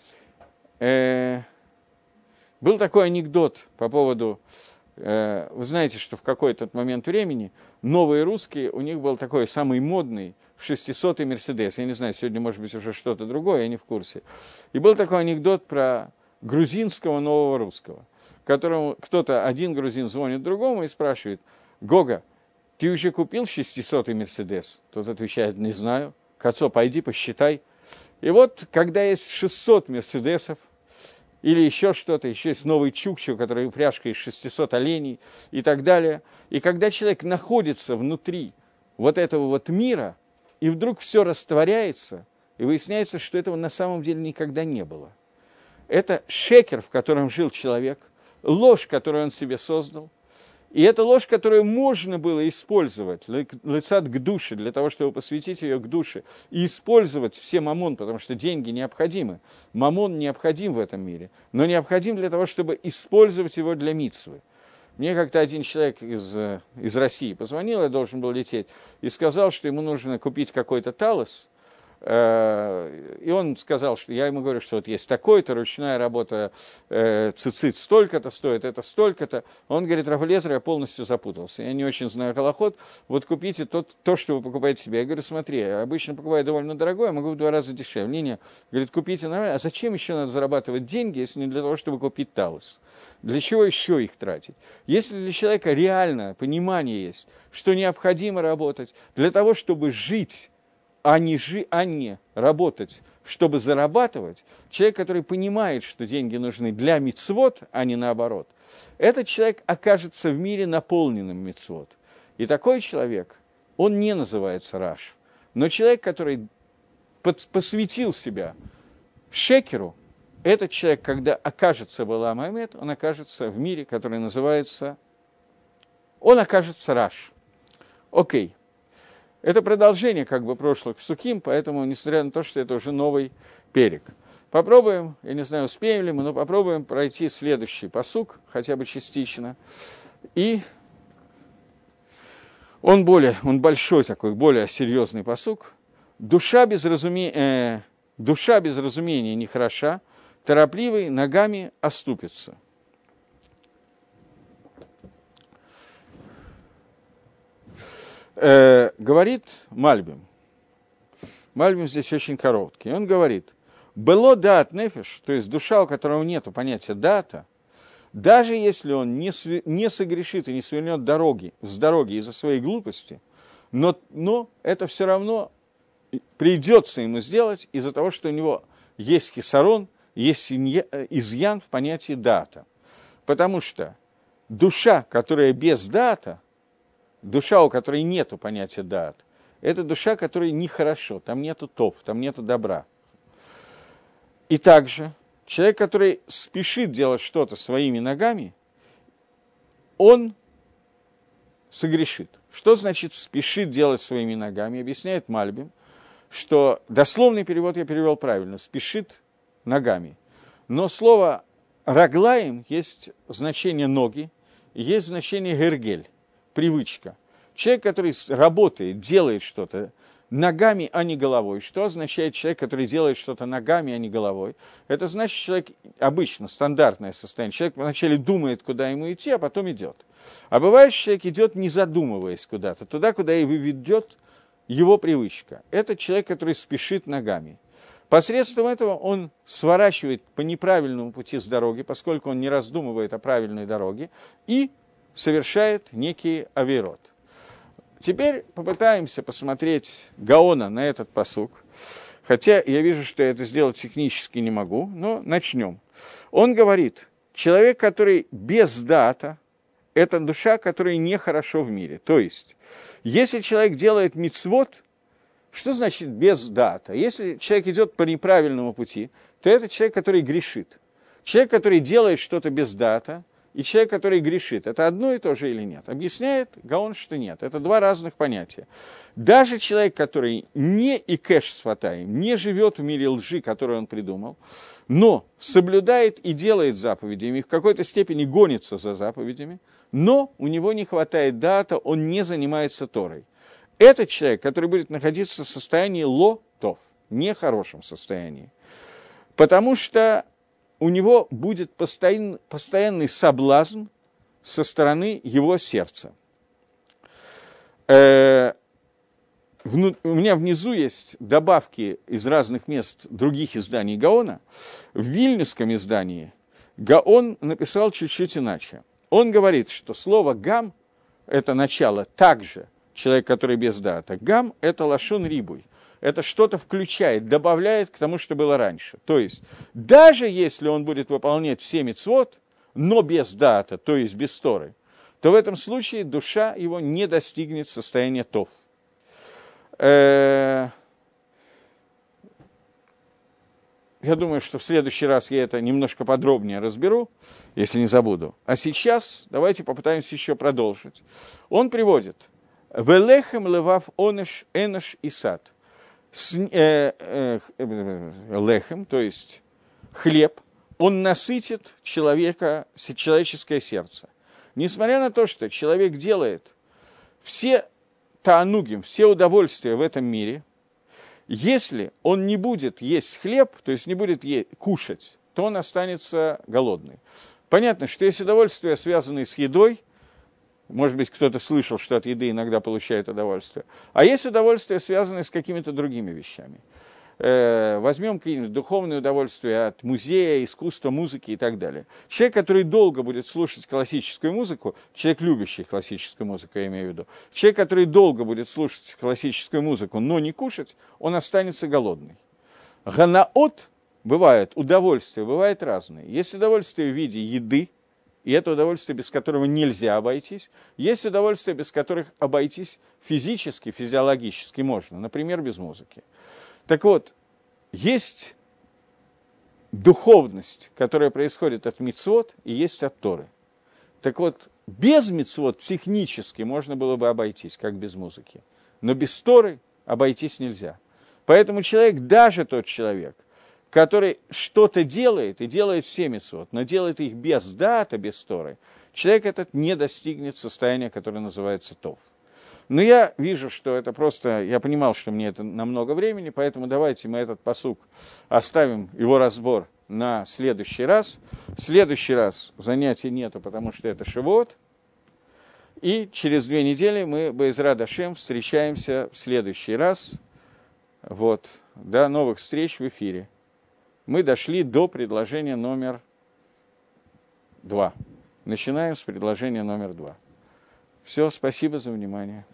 Был такой анекдот по поводу... Вы знаете, что в какой-то момент времени новые русские, у них был такой самый модный 600-й Мерседес. Я не знаю, сегодня, может быть, уже что-то другое, я не в курсе. И был такой анекдот про грузинского нового русского, которому кто-то, один грузин звонит другому и спрашивает: «Гога, ты уже купил 600-й Мерседес?» Тот отвечает: «Не знаю». «Кацо, пойди посчитай». И вот, когда есть 600 Мерседесов, или еще что-то, еще есть новый чукчу, который упряжка из 600 оленей и так далее. И когда человек находится внутри вот этого вот мира, и вдруг все растворяется, и выясняется, что этого на самом деле никогда не было. Это шекер, в котором жил человек, ложь, которую он себе создал. И это ложь, которую можно было использовать, лецат к душе, для того, чтобы посвятить ее к душе, и использовать все мамон, потому что деньги необходимы. Мамон необходим в этом мире, но необходим для того, чтобы использовать его для мицвы. Мне как-то один человек из России позвонил, я должен был лететь, и сказал, что ему нужно купить какой-то талос. И он сказал, что я ему говорю, что вот есть такой-то, ручная работа, цицит столько-то стоит, это столько-то. Он говорит: Рав Элиэзер, я полностью запутался, я не очень знаю галахот, вот купите то, что вы покупаете себе. Я говорю: смотри, я обычно покупаю довольно дорогое, могу в 2 раза дешевле. Не, говорит, купите нормально. А зачем еще надо зарабатывать деньги, если не для того, чтобы купить талос? Для чего еще их тратить? Если для человека реально понимание есть, что необходимо работать для того, чтобы жить, а не работать, чтобы зарабатывать, человек, который понимает, что деньги нужны для мицвот, а не наоборот, этот человек окажется в мире наполненным мицвот. И такой человек, он не называется раш. Но человек, который посвятил себя шекеру, этот человек, когда окажется в Олам Аэмет, он окажется в мире, который называется, он окажется раш. Окей. Это продолжение как бы прошлых псуким, поэтому, несмотря на то, что это уже новый перек. Попробуем, я не знаю, успеем ли мы, но попробуем пройти следующий пасук, хотя бы частично. И он большой такой, более серьезный пасук. Душа без разумения не хороша, торопливый ногами оступится. Говорит Мальбим. Мальбим здесь очень короткий. Он говорит: «Бело даат нефеш», то есть душа, у которого нет понятия даата, даже если он не согрешит и не свернет с дороги из-за своей глупости, но это все равно придется ему сделать из-за того, что у него есть хисарон, есть изъян в понятии даата. Потому что душа, которая без даата, душа, у которой нет понятия даат, это душа, которой нехорошо, там нету тов, там нету добра. И также человек, который спешит делать что-то своими ногами, он согрешит. Что значит спешит делать своими ногами? Объясняет Мальбим, что дословный перевод я перевел правильно, спешит ногами. Но слово раглаим есть значение ноги, есть значение гергель, привычка. Человек, который работает, делает что-то ногами, а не головой. Что означает человек, который делает что-то ногами, а не головой? Это значит, человек обычно, стандартное состояние. Человек вначале думает, куда ему идти, а потом идет. А бывает, что человек идет, не задумываясь куда-то, туда, куда его ведет его привычка. Это человек, который спешит ногами. Посредством этого он сворачивает по неправильному пути с дороги, поскольку он не раздумывает о правильной дороге, и совершает некий авейрот. Теперь попытаемся посмотреть Гаона на этот пасук, хотя я вижу, что я это сделать технически не могу, но начнем. Он говорит: человек, который без дата, это душа, которая нехорошо в мире. То есть, если человек делает мицвот, что значит без дата? Если человек идет по неправильному пути, то это человек, который грешит. Человек, который делает что-то без дата, и человек, который грешит, это одно и то же или нет? Объясняет Гаон, что нет. Это 2 разных понятия. Даже человек, который не икэш сфатаим, не живет в мире лжи, которую он придумал, но соблюдает и делает заповедями, в какой-то степени гонится за заповедями, но у него не хватает дата, он не занимается Торой. Этот человек, который будет находиться в состоянии ло-тов, нехорошем состоянии, потому что у него будет постоянный соблазн со стороны его сердца. У меня внизу есть добавки из разных мест других изданий Гаона. В вильнюсском издании Гаон написал чуть-чуть иначе. Он говорит, что слово «гам» – это начало также, человек, который без дата. «Гам» – это лашон рибуй. Это что-то включает, добавляет к тому, что было раньше. То есть, даже если он будет выполнять все мицвот, но без дата, то есть без Торы, то в этом случае душа его не достигнет состояния тов. я думаю, что в следующий раз я это немножко подробнее разберу, если не забуду. А сейчас давайте попытаемся еще продолжить. Он приводит «Велехем левав онеш энеш и сад». Лехем, то есть хлеб, он насытит человеческое сердце. Несмотря на то, что человек делает все таанугим, все удовольствия в этом мире, если он не будет есть хлеб, то есть не будет кушать, то он останется голодный. Понятно, что есть удовольствия, связанные с едой, может быть, кто-то слышал, что от еды иногда получает удовольствие, а есть удовольствия, связанные с какими-то другими вещами. Возьмем какие-нибудь духовные удовольствия от музея, искусства, музыки и так далее. Человек, который долго будет слушать классическую музыку, человек, любящий классическую музыку, я имею в виду, человек, который долго будет слушать классическую музыку, но не кушать, он останется голодный. Ганаот бывает, удовольствия бывают разные. Есть удовольствие в виде еды, и это удовольствие, без которого нельзя обойтись. Есть удовольствия, без которых обойтись физически, физиологически можно, например, без музыки. Так вот, есть духовность, которая происходит от мицвот, и есть от Торы. Так вот, без мицвот технически можно было бы обойтись, как без музыки. Но без Торы обойтись нельзя. Поэтому человек, даже тот человек, который что-то делает, и делает все мицвот, но делает их без дата, без Торы, человек этот не достигнет состояния, которое называется тов. Но я вижу, что это просто, я понимал, что мне это намного времени, поэтому давайте мы этот пасук оставим, его разбор на следующий раз. В следующий раз занятий нету, потому что это Шивот. И через 2 недели мы, Бе'эзрат Ашем, встречаемся в следующий раз. Вот. До новых встреч в эфире. Мы дошли до предложения номер 2. Начинаем с предложения номер 2. Все, спасибо за внимание.